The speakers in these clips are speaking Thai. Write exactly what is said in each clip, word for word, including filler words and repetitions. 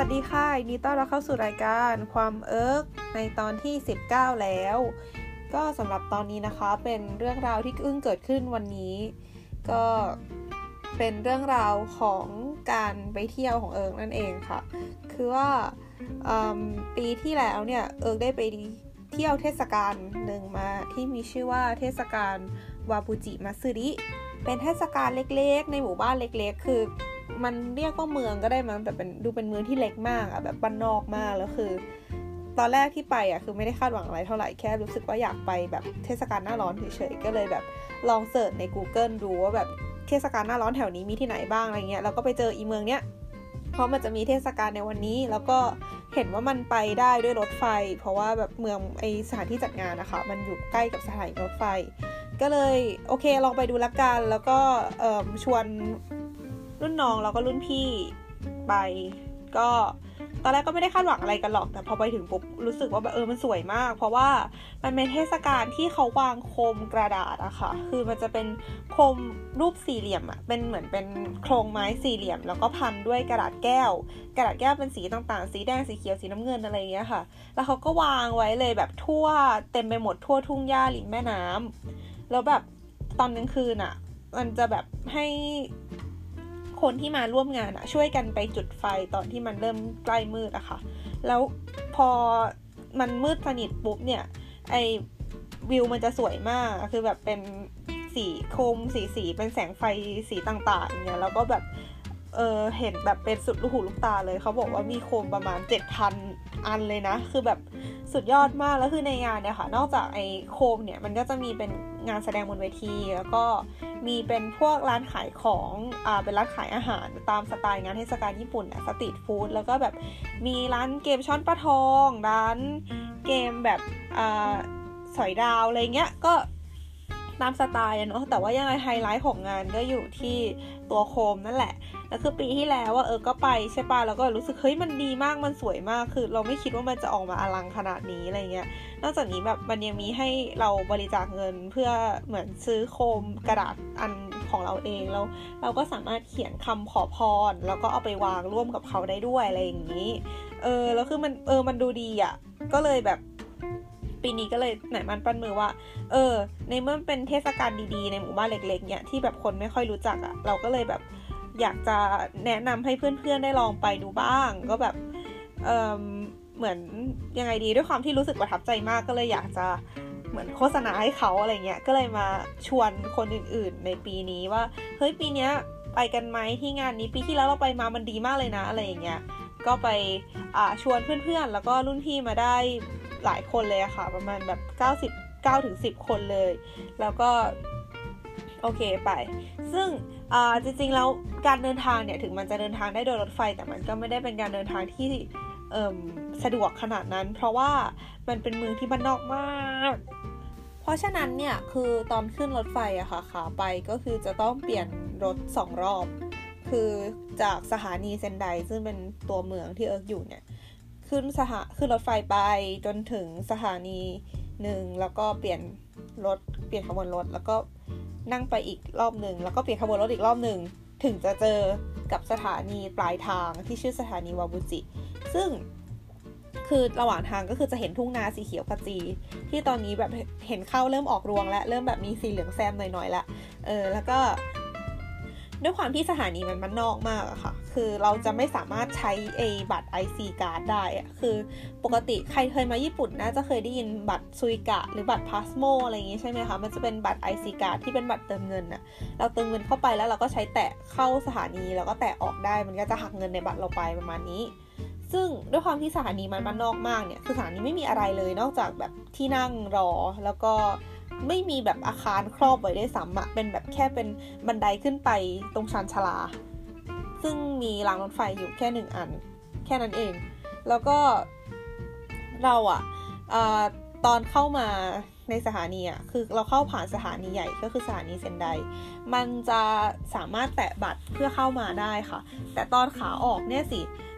สดีค่ะยินดีต้อนรับเข้าสู่รายการความเอิร์กในตอนที่สิบเก้าแล้วก็สำหรับตอนนี้นะคะเป็นเรื่องราวที่เพิ่งเกิดขึ้นวันนี้ก็เป็นเรื่องราวของการไปเที่ยวของเอิร์กนั่นเองค่ะคือว่าปีที่แล้วเนี่ยเอิร์กได้ไปเที่ยวเทศกาลหนึ่งมาที่มีชื่อว่าเทศกาลวาบุจิมัตสึริเป็นเทศกาลเล็กๆในหมู่บ้านเล็กๆคือมันเรียกว่าเมืองก็ได้มั้งแต่เป็นดูเป็นเมืองที่เล็กมากอ่ะแบบบ้านนอกมากแล้วคือตอนแรกที่ไปอ่ะคือไม่ได้คาดหวังอะไรเท่าไหร่แค่รู้สึกว่าอยากไปแบบเทศกาลหน้าร้อนเฉยๆก็เลยแบบลองเสิร์ชใน Google ดูว่าแบบเทศกาลหน้าร้อนแถวนี้มีที่ไหนบ้างอะไรเงี้ยแล้วก็ไปเจออีเมืองเนี้ยเพราะมันจะมีเทศกาลในวันนี้แล้วก็เห็นว่ามันไปได้ด้วยรถไฟเพราะว่าแบบเมืองไอสถานที่จัดงานนะคะมันอยู่ใกล้กับสถานีรถไฟก็เลยโอเคลองไปดูละกันแล้วก็เอ่อชวนรุ่นน้องแล้วก็รุ่นพี่ไปก็ตอนแรกก็ไม่ได้คาดหวังอะไรกันหรอกแต่พอไปถึงปุ๊บรู้สึกว่าแบบเออมันสวยมากเพราะว่ามันเป็นเทศกาลที่เขาวางโคมกระดาษอะค่ะคือมันจะเป็นโคมรูปสี่เหลี่ยมอะเป็นเหมือนเป็นโครงไม้สี่เหลี่ยมแล้วก็พันด้วยกระดาษแก้วกระดาษแก้วเป็นสีต่างๆสีแดงสีเขียวสีน้ำเงินอะไรอย่างเงี้ยค่ะแล้วเขาก็วางไว้เลยแบบทั่วเต็มไปหมดทั่วทุ่งหญ้าริมแม่น้ำแล้วแบบตอนกลางคืนอะมันจะแบบให้คนที่มาร่วมงานอะช่วยกันไปจุดไฟตอนที่มันเริ่มใกล้มืดอะค่ะแล้วพอมันมืดสนิทปุ๊บเนี่ยไอวิวมันจะสวยมากคือแบบเป็นสีโคมสีสีเป็นแสงไฟสีต่างๆเนี่ยแล้วก็แบบเออเห็นแบบเป็นสุดลูกหูลูกตาเลยเขาบอกว่ามีโคมประมาณ เจ็ดพัน อันเลยนะคือแบบสุดยอดมากแล้วคือในงานเนี่ยค่ะนอกจากไอโคมเนี่ยมันก็จะมีเป็นงานแสดงบนเวทีแล้วก็มีเป็นพวกร้านขายของอ่าเป็นร้านขายอาหารตามสไตล์งานเทศกาลญี่ปุ่นน่ะสตรีทฟู้ดแล้วก็แบบมีร้านเกมช้อนปลาทองร้านเกมแบบอ่าสอยดาวอะไรเงี้ยก็ตามสไตล์เนาะแต่ว่ายังไงไฮไลท์ของงานก็อยู่ที่ตัวโคมนั่นแหละแล้วคือปีที่แล้วว่าเออก็ไปใช่ป่ะแล้วก็รู้สึกเฮ้ยมันดีมากมันสวยมากคือเราไม่คิดว่ามันจะออกมาอลังขนาดนี้อะไรเงี้ยนอกจากนี้แบบมันยังมีให้เราบริจาคเงินเพื่อเหมือนซื้อโคมกระดาษอันของเราเองแล้วเราก็สามารถเขียนคำขอพรแล้วก็เอาไปวางร่วมกับเขาได้ด้วยอะไรอย่างนี้เออแล้วคือมันเออมันดูดีอ่ะก็เลยแบบปีนี้ก็เลยไหนมันปั้นมือว่าเออในเมื่อเป็นเทศกาลดีๆในหมู่บ้านเล็กๆเนี่ยที่แบบคนไม่ค่อยรู้จักอ่ะเราก็เลยแบบอยากจะแนะนำให้เพื่อนๆได้ลองไปดูบ้างก็แบบเออเหมือนยังไงดีด้วยความที่รู้สึกประทับใจมากก็เลยอยากจะเหมือนโฆษณาให้เขาอะไรเงี้ยก็เลยมาชวนคนอื่นๆในปีนี้ว่าเฮ้ยปีนี้ไปกันไหมที่งานนี้ปีที่แล้วเราไปมามันดีมากเลยนะอะไรอย่างเงี้ยก็ไปอ่าชวนเพื่อนๆแล้วก็รุ่นพี่มาได้หลายคนเลยอะค่ะประมาณแบบเก้าสิบ เก้าถึงสิบคนเลยแล้วก็โอเคไปซึ่งอ่าจริงๆแล้วการเดินทางเนี่ยถึงมันจะเดินทางได้โดยรถไฟแต่มันก็ไม่ได้เป็นการเดินทางที่เอ่อสะดวกขนาดนั้นเพราะว่ามันเป็นเมืองที่บ้านนอกมากเพราะฉะนั้นเนี่ยคือตอนขึ้นรถไฟอะค่ะขาไปก็คือจะต้องเปลี่ยนรถสองรอบคือจากสถานีเซนไดซึ่งเป็นตัวเมืองที่เอิร์กอยู่เนี่ยขึ้นสถาขึ้นรถไฟไปจนถึงสถานีหนึ่งแล้วก็เปลี่ยนรถเปลี่ยนขบวนรถแล้วก็นั่งไปอีกรอบหนึ่งแล้วก็เปลี่ยนขบวนรถอีกรอบหนึ่งถึงจะเจอกับสถานีปลายทางที่ชื่อสถานีวาบุจิซึ่งคือระหว่างทางก็คือจะเห็นทุ่งนาสีเขียวขจีที่ตอนนี้แบบเห็นข้าวเริ่มออกรวงแล้วเริ่มแบบมีสีเหลืองแซมหน่อยๆละเออแล้วก็ด้วยความที่สถานีมันมันนอกมากอะค่ะคือเราจะไม่สามารถใช้ไอ้บัตร ไอ ซี card ได้อะคือปกติใครเคยมาญี่ปุ่นน่าจะเคยได้ยินบัตรซุยกะหรือบัตรพาสโมอะไรอย่างงี้ใช่ไหมคะมันจะเป็นบัตร ไอ ซี card ที่เป็นบัตรเติมเงินน่ะเราเติมเงินเข้าไปแล้วเราก็ใช้แตะเข้าสถานีแล้วก็แตะออกได้มันก็จะหักเงินในบัตรเราไปประมาณนี้ซึ่งด้วยความที่สถานีมันมันนอกมากเนี่ยคือสถานีไม่มีอะไรเลยนอกจากแบบที่นั่งรอแล้วก็ไม่มีแบบอาคารครอบไว้ได้ซ้ำอะเป็นแบบแค่เป็นบันไดขึ้นไปตรงชานชาลาซึ่งมีรางรถไฟอยู่แค่หนึ่งอันแค่นั้นเองแล้วก็เราอะอ่ะตอนเข้ามาในสถานีอะคือเราเข้าผ่านสถานีใหญ่ก็คือสถานีเซนไดมันจะสามารถแตะบัตรเพื่อเข้ามาได้ค่ะแต่ตอนขาออกเนี่ยสิต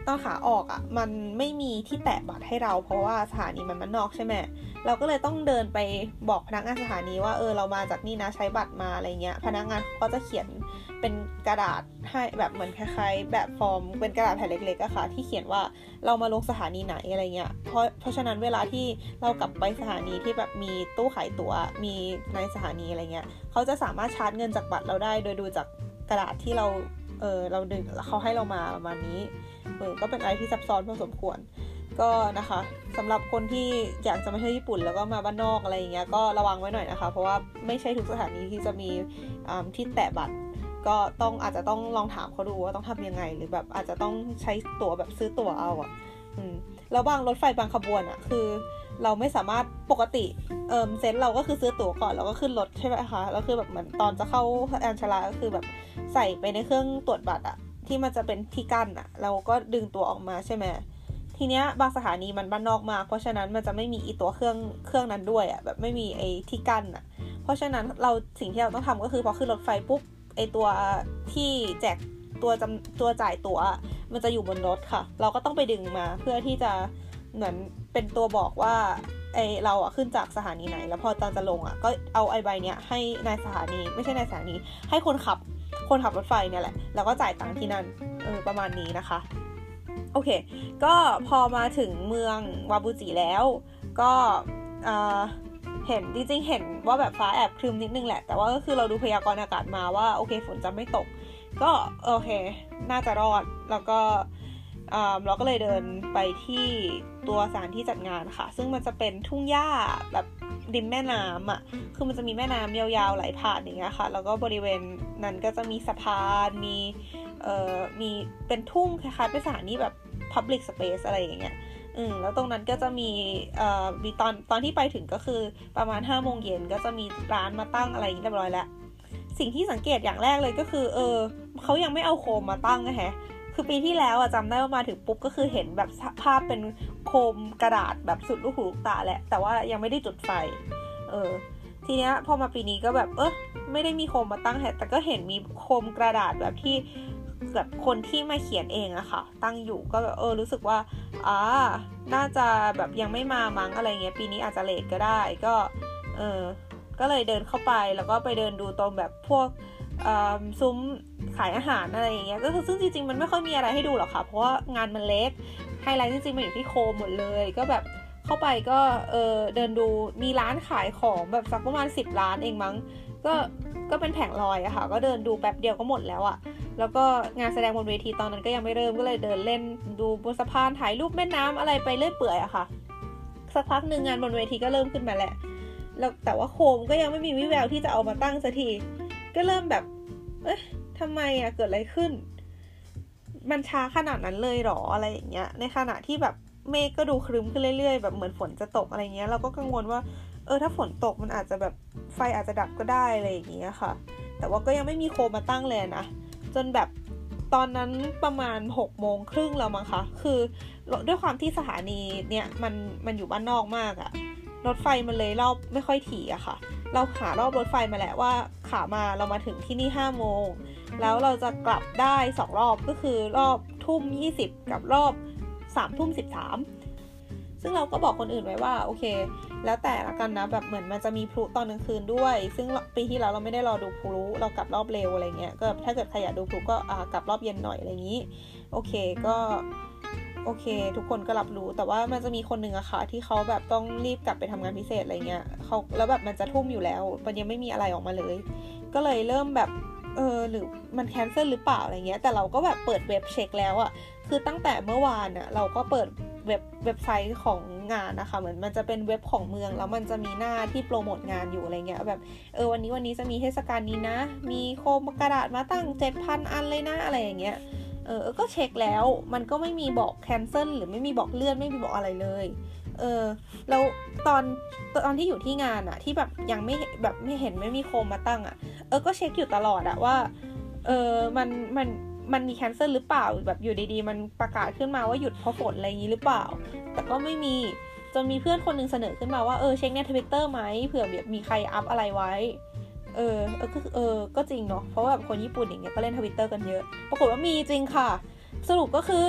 อนขาออกอ่ะมันไม่มีที่แตะบัตรให้เราเพราะว่าสถานีมันมันนอกใช่ไหมเราก็เลยต้องเดินไปบอกพนักงานสถานีว่าเออเรามาจากนี่นะใช้บัตรมาอะไรเงี้ยพนักงานก็จะเขียนเป็นกระดาษให้แบบเหมือนคล้ายๆแบบฟอร์มเป็นกระดาษแผ่นเล็กๆอะค่ะที่เขียนว่าเรามาลงสถานีไหนอะไรเงี้ยเพราะเพราะฉะนั้นเวลาที่เรากลับไปสถานีที่แบบมีตู้ขายตั๋วมีในสถานีอะไรเงี้ยเขาจะสามารถชาร์จเงินจากบัตรเราได้โดยดูจากกระดาษที่เราเออเราดึงเขาให้เรามาประมาณนี้เออก็เป็นอะไรที่ซับซ้อนพอสมควรก็นะคะสำหรับคนที่อยากจะมาเที่ยวญี่ปุ่นแล้วก็มาบ้านนอกอะไรอย่างเงี้ยก็ระวังไว้หน่อยนะคะเพราะว่าไม่ใช่ทุกสถานีที่จะมีที่แตะบัตรก็ต้องอาจจะต้องลองถามเขาดูว่าต้องทำยังไงหรือแบบอาจจะต้องใช้ตั๋วแบบซื้อตั๋วเอาอ่ะอืมแล้วบางรถไฟบางขบวนอ่ะคือเราไม่สามารถปกติเอ่อเซ็นเราก็คือซื้อตั๋วก่อนแล้วก็ขึ้นรถใช่ไหมคะแล้วคือแบบเหมือนตอนจะเข้าอัญชลาก็คือแบบใส่ไปในเครื่องตรวจบัตรอ่ะที่มันจะเป็นที่กั้นอ่ะเราก็ดึงตั๋วออกมาใช่ไหมทีเนี้ยบางสถานีมันบ้านนอกมากเพราะฉะนั้นมันจะไม่มีอีตัวเครื่องเครื่องนั้นด้วยอ่ะแบบไม่มีไอ้ที่กั้นอ่ะเพราะฉะนั้นเราสิ่งที่เราต้องทำก็คือพอขึ้นรถไฟปุ๊บไอ้ตัวที่แจกตัวจำตัวจ่ายตั๋วมันจะอยู่บนรถค่ะเราก็ต้องไปดึงมาเพื่อที่จะเหมือนเป็นตัวบอกว่าไอเราอ่ะขึ้นจากสถานีไหนแล้วพอตอนจะลงอ่ะก็เอาไอใบเนี้ยให้นายสถานีไม่ใช่นายสถานีให้คนขับคนขับรถไฟเนี่ยแหละแล้วก็จ่ายตังค์ที่นั่นเออประมาณนี้นะคะโอเคก็พอมาถึงเมืองวาบูจิแล้วก็เห็นจริงๆเห็นว่าแบบฟ้าแอบครึมนิดนึงแหละแต่ว่าก็คือเราดูพยากรณ์อากาศมาว่าโอเคฝนจะไม่ตกก็โอเคน่าจะรอดแล้วก็เราก็เลยเดินไปที่ตัวสถานที่จัดงานค่ะซึ่งมันจะเป็นทุ่งหญ้าแบบริมแม่น้ำอ่ะคือมันจะมีแม่น้ำยาวๆไหลผ่านอย่างเงี้ยค่ะแล้วก็บริเวณนั้นก็จะมีสะพานมีเอ่อมีเป็นทุ่งคล้ายๆเป็นสถานที่แบบ public space อะไรอย่างเงี้ยอืมแล้วตรงนั้นก็จะมีเอ่อมีตอนตอนที่ไปถึงก็คือประมาณห้าโมงเย็นก็จะมีร้านมาตั้งอะไรอย่างเงี้ยเรียบร้อยแล้วสิ่งที่สังเกตอย่างแรกเลยก็คือเออเขายังไม่เอาโคมมาตั้งนะฮะคือปีที่แล้วอะจำได้ว่ามาถึงปุ๊บก็คือเห็นแบบภาพเป็นโคมกระดาษแบบสุดลูกหูลูกตาแหละแต่ว่ายังไม่ได้จุดไฟเออทีเนี้ยพอมาปีนี้ก็แบบเออไม่ได้มีโคมมาตั้งแต่ก็เห็นมีโคมกระดาษแบบที่แบบคนที่มาเขียนเองอะค่ะตั้งอยู่ก็แบบเออรู้สึกว่าอ่าน่าจะแบบยังไม่มามั้งอะไรเงี้ยปีนี้อาจจะเลทก็ได้ก็เออก็เลยเดินเข้าไปแล้วก็ไปเดินดูตรงแบบพวกซุ้มขายอาหารอะไรอย่างเงี้ยก็คือซึ่งจริงๆมันไม่ค่อยมีอะไรให้ดูหรอกค่ะเพราะว่างานมันเล็กไฮไลท์จริงๆมันอยู่ที่โคมหมดเลยก็แบบเข้าไปก็เออเดินดูมีร้านขายของแบบสักประมาณสิบร้านเองมั้งก็ก็เป็นแผงลอยอะค่ะก็เดินดูแป๊บเดียวก็หมดแล้วอะแล้วก็งานแสดงบนเวทีตอนนั้นก็ยังไม่เริ่มก็เลยเดินเล่นดูบนสะพานถ่ายรูปแม่น้ำอะไรไปเรื่อยเปื่อยอะค่ะสักพักนึงงานบนเวทีก็เริ่มขึ้นมาแหละแล้วแต่ว่าโคมก็ยังไม่มีวิแววที่จะเอามาตั้งสักทีก็เริ่มแบบเอ๊ะทำไมอะเกิดอะไรขึ้นมันช้าขนาดนั้นเลยหรออะไรอย่างเงี้ยในขณะที่แบบเมฆก็ดูครึ้มขึ้นเรื่อยๆแบบเหมือนฝนจะตกอะไรเงี้ยเราก็กังวลว่าเออถ้าฝนตกมันอาจจะแบบไฟอาจจะดับก็ได้อะไรอย่างเงี้ยค่ะแต่ว่าก็ยังไม่มีโคมมาตั้งเลยนะจนแบบตอนนั้นประมาณหกโมงครึ่งแล้วมั้งคะคือด้วยความที่สถานีเนี่ยมันมันอยู่บ้านนอกมากอะรถไฟมันเลยรอบไม่ค่อยถี่อะค่ะเราหารอบรถไฟมาแล้วว่าขามาเรามาถึงที่นี่ห้าโมงแล้วเราจะกลับได้สองรอบก็คือรอบทุ่มยี่สิบกับรอบสามทุ่มสิบสามซึ่งเราก็บอกคนอื่นไว้ว่าโอเคแล้วแต่ละกันนะแบบเหมือนมันจะมีพลุตอนกลางคืนด้วยซึ่งปีที่แล้วเราไม่ได้รอดูพลุเรากลับรอบเร็วอะไรเงี้ยก็ถ้าเกิดใครอยากดูพลุก็อ่ากลับรอบเย็นหน่อยอะไรอย่างนี้โอเคก็โอเคทุกคนก็รับรู้แต่ว่ามันจะมีคนนึงอะค่ะที่เขาแบบต้องรีบกลับไปทำงานพิเศษอะไรเงี้ยเขาแล้วแบบมันจะทุ่มอยู่แล้วมันยังไม่มีอะไรออกมาเลยก็เลยเริ่มแบบเออหรือมันแคนเซิลหรือเปล่าอะไรเงี้ยแต่เราก็แบบเปิดเว็บเช็คแล้วอะคือตั้งแต่เมื่อวานอะเราก็เปิดเว็บเว็บไซต์ของงานนะคะเหมือนมันจะเป็นเว็บของเมืองแล้วมันจะมีหน้าที่โปรโมทงานอยู่อะไรเงี้ยแบบเออวันนี้วันนี้จะมีเทศกาลนี้นะมีโคมกระดาษมาตั้ง เจ็ดพัน อันเลยนะอะไรอย่างเงี้ยเออก็เช็คแล้วมันก็ไม่มีบอกแคนเซิลหรือไม่มีบอกเลื่อนไม่มีบอกอะไรเลยเออแล้วตอนตอนที่อยู่ที่งานอะที่แบบยังไม่แบบไม่เห็นไม่มีโคมมาตั้งอะเออก็เช็คอยู่ตลอดอะว่าเออมันมันมันมีแคนเซิลหรือเปล่าแบบอยู่ดีๆมันประกาศขึ้นมาว่าหยุดเพราะฝนอะไรอย่างนี้หรือเปล่าแต่ก็ไม่มีจนมีเพื่อนคนนึงเสนอขึ้นมาว่าเออเช็คใน Twitter ไหมเผื่อแบบมีใครอัพอะไรไว้เออเออก็เออก็จริงเนาะเพราะว่าแบบคนญี่ปุ่นอย่างเงี้ยก็เล่น Twitter กันเยอะปรากฏว่ามีจริงค่ะสรุปก็คือ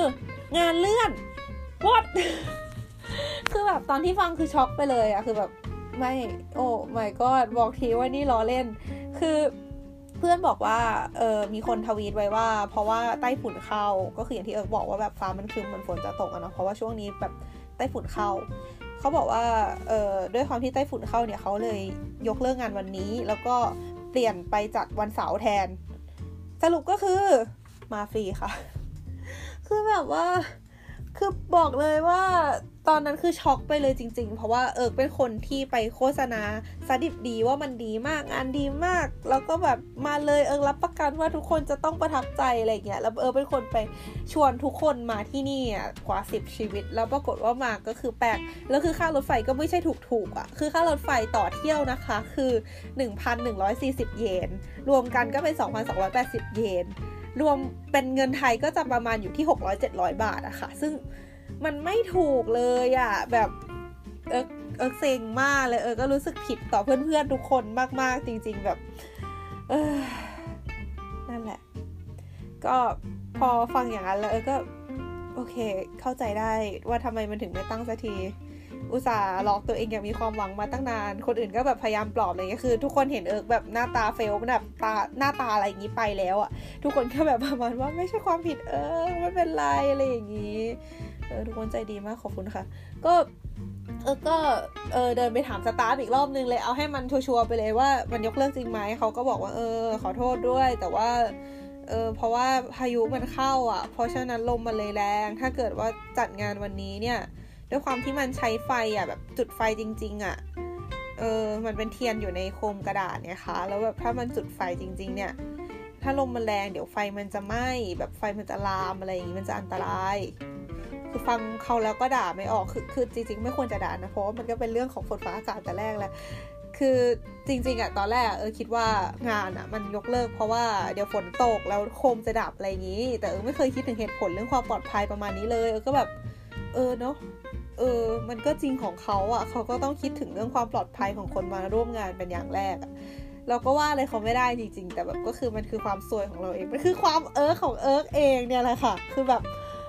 งานเลื่อน what คือแบบตอนที่ฟังคือช็อกไปเลยอะคือแบบไม่โอ้ my god บอกทีว่านี่ล้อเล่นคือเพื่อนบอกว่าเออมีคนทวีตไว้ว่าเพราะว่าไต้ฝุ่นเข้าก็คืออย่างที่เอิร์กบอกว่าแบบฟ้ามันครึ้มเหมือนฝนจะตกอะเนาะเพราะว่าช่วงนี้แบบไต้ฝุ่นเข้าเขาบอกว่าเออด้วยความที่ไต้ฝุ่นเข้าเนี่ยเขาเลยยกเลิกงานวันนี้แล้วก็เปลี่ยนไปจัดวันเสาร์แทนสรุปก็คือมาฟรีค่ะคือแบบว่าคือบอกเลยว่าตอนนั้นคือช็อกไปเลยจริงๆเพราะว่าเอิร์กเป็นคนที่ไปโฆษณาสดิบดีว่ามันดีมากงานดีมากแล้วก็แบบมาเลยเอิร์กรับประกันว่าทุกคนจะต้องประทับใจอะไรเงี้ยแล้วเอิร์กเป็นคนไปชวนทุกคนมาที่นี่อ่ะกว่าสิบชีวิตแล้วปรากฏว่ามาก็คือแปลกแล้วคือค่ารถไฟก็ไม่ใช่ถูกๆอ่ะคือค่ารถไฟต่อเที่ยวนะคะคือ หนึ่งพันหนึ่งร้อยสี่สิบ เยนรวมกันก็เป็น สองพันสองร้อยแปดสิบ เยนรวมเป็นเงินไทยก็จะประมาณอยู่ที่หกร้อยเจ็ดร้อยบาทอะค่ะซึ่งมันไม่ถูกเลยอะแบบเออเออเซ็งมากเลยเออก็รู้สึกผิดต่อเพื่อนๆทุกคนมากๆจริงๆแบบเออนั่นแหละก็พอฟังอย่างนั้นแล้วเออก็โอเคเข้าใจได้ว่าทำไมมันถึงไม่ตั้งสักทีอุตส่าห์หลอกตัวเองอย่างมีความหวังมาตั้งนานคนอื่นก็แบบพยายามปลอบอะไรเงี้ยคือทุกคนเห็นเอิร์กแบบหน้าตาเฟลแบบตาหน้าตาอะไรอย่างงี้ไปแล้วอ่ะทุกคนก็แบบประมาณว่าไม่ใช่ความผิดเอิร์กไม่เป็นไรอะไรอย่างงี้เออทุกคนใจดีมากขอบคุณค่ะก็เออก็เออเดินไปถามสตาฟอีกรอบนึงเลยเอาให้มันชัวร์ๆไปเลยว่ามันยกเลิกจริงไหมเขาก็บอกว่าเออขอโทษด้วยแต่ว่าเออเพราะว่าพายุมันเข้าอ่ะเพราะฉะนั้นลมมันเลยแรงถ้าเกิดว่าจัดงานวันนี้เนี่ยด้วยความที่มันใช้ไฟอ่ะแบบจุดไฟจริงๆอ่ะเออมันเป็นเทียนอยู่ในโคมกระดาษเนี่ยค่ะแล้วแบบถ้ามันจุดไฟจริงๆเนี่ยถ้าลมมันแรงเดี๋ยวไฟมันจะไหม้แบบไฟมันจะลามอะไรอย่างงี้มันจะอันตรายคือฟังเขาแล้วก็ด่าไม่ออกคือคือจริงๆไม่ควรจะด่านะเพราะว่ามันก็เป็นเรื่องของฝนฟ้าอากาศแต่แรกแล้วคือจริงๆอ่ะตอนแรกเออคิดว่างานอ่ะมันยกเลิกเพราะว่าเดี๋ยวฝนตกแล้วโคมจะดับอะไรอย่างงี้แต่เออไม่เคยคิดถึงเหตุผลเรื่องความปลอดภัยประมาณนี้เลยเออก็แบบเออเนาะเออมันก็จริงของเขาอ่ะเขาก็ต้องคิดถึงเรื่องความปลอดภัยของคนมาร่วมงานเป็นอย่างแรกอ่ะเราก็ว่าอะไรเขาไม่ได้จริงๆแต่แบบก็คือมันคือความซวยของเราเองมันคือความเอิร์กของเอิร์กเองเนี่ยแหละค่ะคือแบบ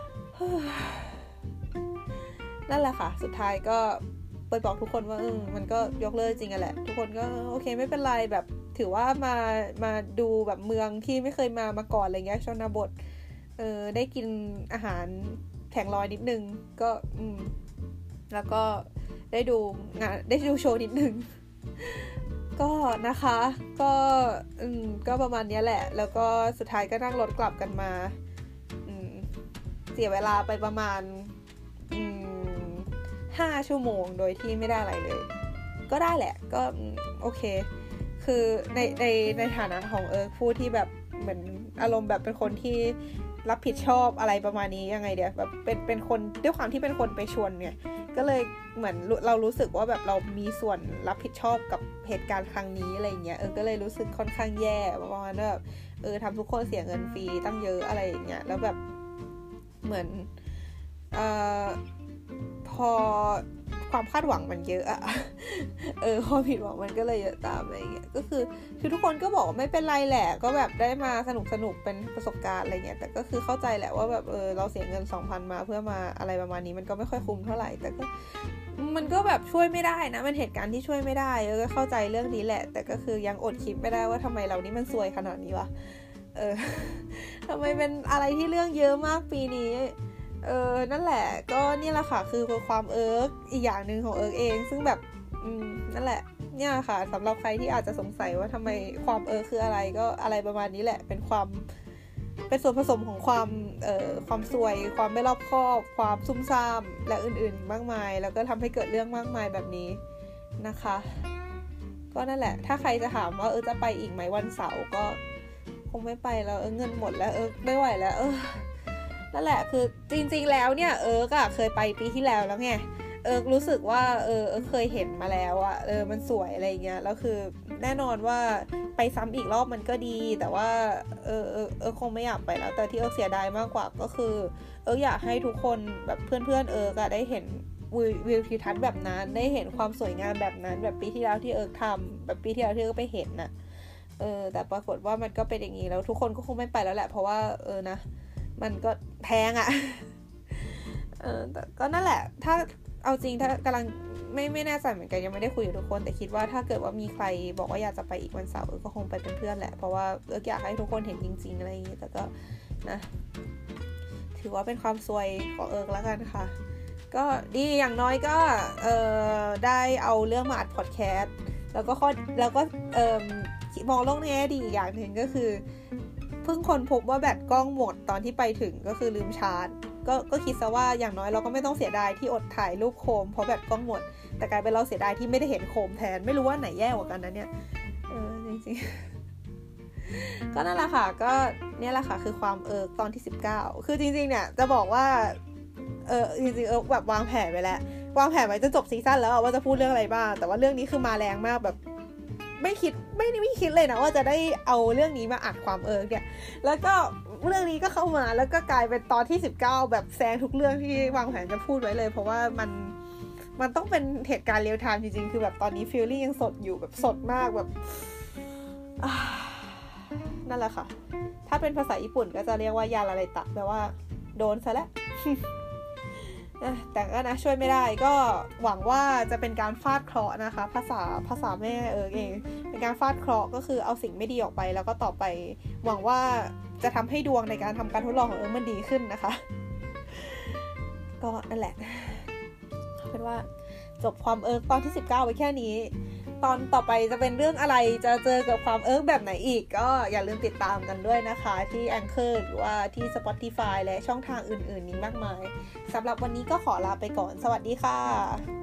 นั่นแหละค่ะสุดท้ายก็ไปบอกทุกคนว่าเออมันก็ยกเลิกจริงอ่ะแหละทุกคนก็โอเคไม่เป็นไรแบบถือว่ามามาดูแบบเมืองที่ไม่เคยมามาก่อนอะไรเงี้ยชนบทเออได้กินอาหารแข็งลอยนิดนึงก็อืมแล้วก็ได้ดูงานได้ดูโชว์นิดนึงก็นะคะก็อืมก็ประมาณนี้แหละแล้วก็สุดท้ายก็นั่งรถกลับกันมาอืมเสียเวลาไปประมาณอืมห้าชั่วโมงโดยที่ไม่ได้อะไรเลยก็ได้แหละก็โอเคคือในในในฐานะของเออผู้ที่แบบเหมือนอารมณ์แบบเป็นคนที่รับผิดชอบอะไรประมาณนี้ยังไงเดี๋ยวแบบเป็นเป็นคนด้วยความที่เป็นคนไปชวนเนี่ยก็เลยเหมือนเรารู้สึกว่าแบบเรามีส่วนรับผิดชอบกับเหตุการณ์ครั้งนี้อะไรเงี้ยเออก็เลยรู้สึกค่อนข้างแย่ประมาณแบบเออทำทุกคนเสียเงินฟรีตั้งเยอะอะไรอย่างเงี้ยแล้วแบบเหมือนเอ่อพอความคาดหวังมันเยอะอะเออความผิดหวังมันก็เลยเยอะตามอะไรเงี้ยก็คือคือทุกคนก็บอกไม่เป็นไรแหละก็แบบได้มาสนุกสนุกเป็นประสบการณ์อะไรเงี้ยแต่ก็คือเข้าใจแหละว่าแบบเออเราเสียเงิน สองพัน มาเพื่อมาอะไรประมาณนี้มันก็ไม่ค่อยคุ้มเท่าไหร่แต่ก็มันก็แบบช่วยไม่ได้นะมันเหตุการณ์ที่ช่วยไม่ได้เออก็เข้าใจเรื่องนี้แหละแต่ก็คือยังอดคิดไม่ได้ว่าทำไมเรานี่มันซวยขนาดนี้วะเออทำไมเป็นอะไรที่เรื่องเยอะมากปีนี้เออนั่นแหละก็นี่แหละค่ะคือความเอิร์กอีกอย่างนึงของเอิร์กเองซึ่งแบบอืมนั่นแหละเนี่ยค่ะสำหรับใครที่อาจจะสงสัยว่าทำไมความเอิร์กคืออะไรก็อะไรประมาณนี้แหละเป็นความเป็นส่วนผสมของความเอ่อความซวยความไม่รอบคอบความซุ่มซ่ามและอื่นๆมากมายแล้วก็ทำให้เกิดเรื่องมากมายแบบนี้นะคะก็นั่นแหละถ้าใครจะถามว่าเออจะไปอีกไหมวันเสาร์ก็คงไม่ไปแล้วเออเงินหมดแล้วเออไม่ไหวแล้วเออนั่นแหละคือจริงๆแล้วเนี่ยเอิร์กอะเคยไปปีที่แล้วแล้วไงเอิร์กรู้สึกว่าเออเอิร์กเคยเห็นมาแล้วอะเออมันสวยอะไรเงี้ยแล้วคือแน่นอนว่าไปซ้ำอีกรอบมันก็ดีแต่ว่าเออเออเอิร์กคงไม่อยากไปแล้วแต่ที่เอิร์กเสียดายมากกว่าก็คือเอิร์กอยากให้ทุกคนแบบเพื่อนๆเอิร์กอะได้เห็นวิววิวทิวทัศน์แบบนั้นได้เห็นความสวยงามแบบนั้นแบบปีที่แล้วที่เอิร์กทำแบบปีที่แล้วที่เอิร์กไปเห็นน่ะเออแต่ปรากฏว่ามันก็เป็นอย่างนี้แล้วทุกคนก็คงไม่ไปแล้วแหละเพราะว่าเออนะมันก็แพงอะเออแต่ก็นั่นแหละถ้าเอาจริงถ้ากำลังไม่ไม่แน่ใจเหมือนกันยังไม่ได้คุยกับทุกคนแต่คิดว่าถ้าเกิดว่ามีใครบอกว่าอยากจะไปอีกวันเสาร์ก็คงไปเป็นเพื่อนแหละเพราะว่าเอออยากให้ทุกคนเห็นจริงๆอะไรอย่างเงี้ยแต่ก็นะถือว่าเป็นความซวยของเอิร์กแล้วกันค่ะก็ดีอย่างน้อยก็เออได้เอาเรื่องมาอัดพอดแคสต์แล้วก็ข้อแล้วก็เออมองโลกในแง่ดีอีกอย่างหนึ่งก็คือเพิ่งค้นพบว่าแบตกล้องหมดตอนที่ไปถึงก็คือลืมชาร์จก็ก็คิดซะว่าอย่างน้อยเราก็ไม่ต้องเสียดายที่อดถ่ายรูปโคมเพราะแบตกล้องหมดแต่กลายเป็นเราเสียดายที่ไม่ได้เห็นโคมแทนไม่รู้ว่าไหนแย่กว่ากันนะเนี่ยเออจริงๆก็นั่นแหละค่ะก็เนี่ยแหละค่ะคือความเอิร์กตอนที่สิบเก้าคือจริงๆเนี่ยจะบอกว่าเออจริงๆเอิร์กแบบวางแผนไว้แล้ววางแผนไว้จะจบซีซั่นแล้วว่าจะพูดเรื่องอะไรบ้างแต่ว่าเรื่องนี้คือมาแรงมากแบบไม่คิดไม่ไม่คิดเลยนะว่าจะได้เอาเรื่องนี้มาอัดความเอิร์กเนี่ยแล้วก็เรื่องนี้ก็เข้ามาแล้วก็กลายเป็นตอนที่สิบเก้าแบบแซงทุกเรื่องที่วางแผนจะพูดไว้เลยเพราะว่ามันมันต้องเป็นเหตุการณ์เรียลไทม์จริงๆคือแบบตอนนี้ฟีลลิ่งยังสดอยู่แบบสดมากแบบนั่นแหละค่ะถ้าเป็นภาษาญี่ปุ่นก็จะเรียกว่ายาละไรตะแปลว่าโดนซะแล้วแต่ก็นะช่วยไม่ได้ก็หวังว่าจะเป็นการฟาดเคราะห์นะคะภาษาภาษาแม่เออเองเป็นการฟาดเคราะห์ก็คือเอาสิ่งไม่ดีออกไปแล้วก็ต่อไปหวังว่าจะทำให้ดวงในการทำการทดลองของเอิร์กมันดีขึ้นนะคะก็นั่นแหละเป็นว่าจบความเอิร์กตอนที่สิบเก้าไว้แค่นี้ตอนต่อไปจะเป็นเรื่องอะไรจะเจอกับความเอิร์กแบบไหนอีกก็อย่าลืมติดตามกันด้วยนะคะที่ Anchor หรือว่าที่ Spotify และช่องทางอื่นๆนี้มากมายสำหรับวันนี้ก็ขอลาไปก่อนสวัสดีค่ะ